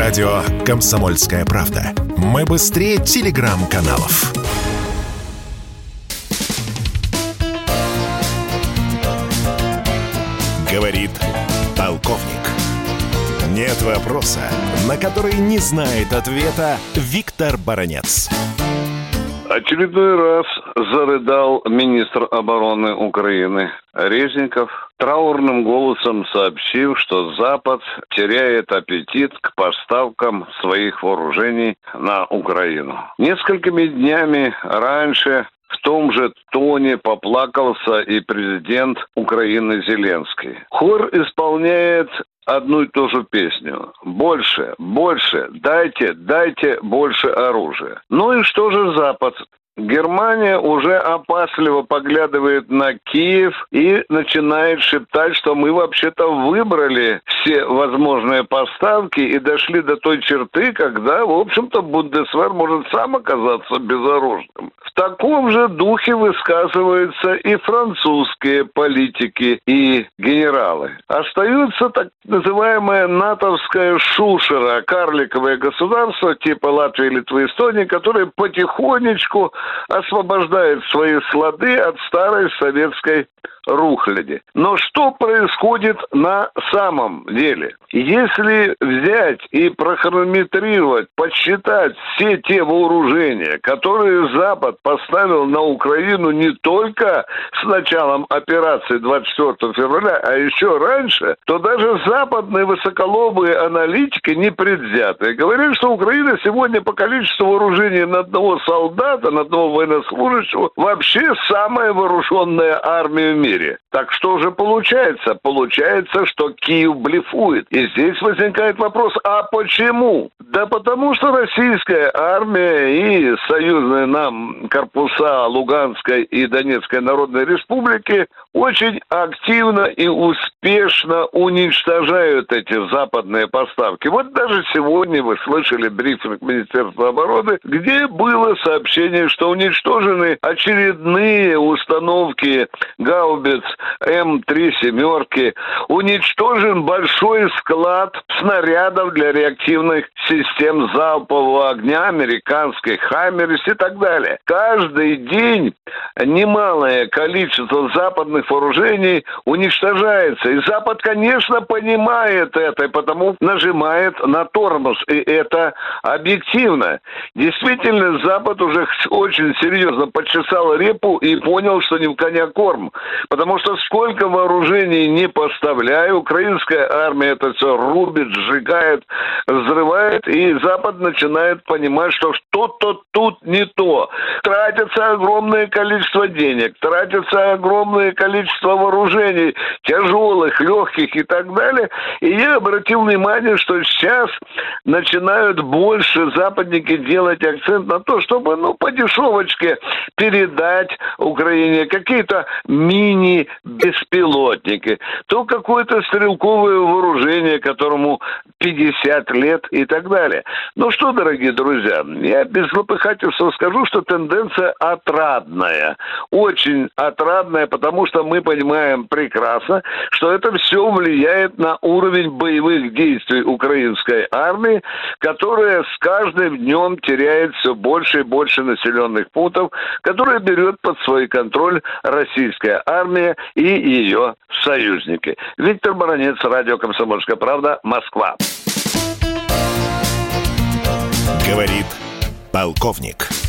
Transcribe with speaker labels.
Speaker 1: Радио «Комсомольская правда». Мы быстрее телеграм-каналов. Говорит полковник. Нет вопроса, на который не знает ответа Виктор Баранец.
Speaker 2: Очередной раз зарыдал министр обороны Украины Резников, траурным голосом сообщив, что Запад теряет аппетит к поставкам своих вооружений на Украину. Несколькими днями раньше в том же тоне поплакался и президент Украины Зеленский. Хор исполняет одну и ту же песню. Больше, больше, дайте больше оружия. Ну и что же Запад? Германия уже опасливо поглядывает на Киев и начинает шептать, что мы вообще-то выбрали все возможные поставки и дошли до той черты, когда, в общем-то, Бундесвер может сам оказаться безоружным. В таком же духе высказываются и французские политики и генералы. Остаются так называемая натовская шушера, карликовые государства типа Латвии, Литвы, Эстонии, которые потихонечку освобождает свои склады от старой советской рухляди. Но что происходит на самом деле? Если взять и прохронометрировать, подсчитать все те вооружения, которые Запад поставил на Украину не только с началом операции 24 февраля, а еще раньше, то даже западные высоколобые аналитики, непредвзятые, говорят, что Украина сегодня по количеству вооружений на одного солдата, на одного военнослужащего вообще самая вооруженная армия в мире. Так что же получается? Получается, что Киев блефует. И здесь возникает вопрос, а почему? Да потому что российская армия и союзные нам корпуса Луганской и Донецкой Народной Республики очень активно и успешно уничтожают эти западные поставки. Вот даже сегодня вы слышали брифинг Министерства обороны, где было сообщение, что уничтожены очередные установки гаубиц М3 «семерки», уничтожен большой склад снарядов для реактивных систем залпового огня, американских «Хаммерс» и так далее. Каждый день немалое количество западных вооружений уничтожается. И Запад, конечно, понимает это, и потому нажимает на тормоз. И это объективно. Действительно, Запад уже очень серьезно подчесал репу и понял, что не в коня корм. Потому что сколько вооружений не поставляю, украинская армия это все рубит, сжигает, взрывает, и Запад начинает понимать, что что-то тут не то. Тратится огромное количество денег, тратится огромное количество вооружений, тяжелых, легких и так далее. И я обратил внимание, что сейчас начинают больше западники делать акцент на то, чтобы, по дешевочке передать Украине какие-то мини-беспилотники, то какое-то стрелковое вооружение, которому 50 лет и так далее. Ну что, дорогие друзья, я без злопыхательства скажу, что тенденция отрадная. Очень отрадная, потому что мы понимаем прекрасно, что это все влияет на уровень боевых действий украинской армии, которая с каждым днем теряет все больше и больше населенных пунктов, которые берет под свой контроль российская армия и ее союзники. Виктор Баранец, радио «Комсомольская правда», Москва.
Speaker 1: Говорит полковник.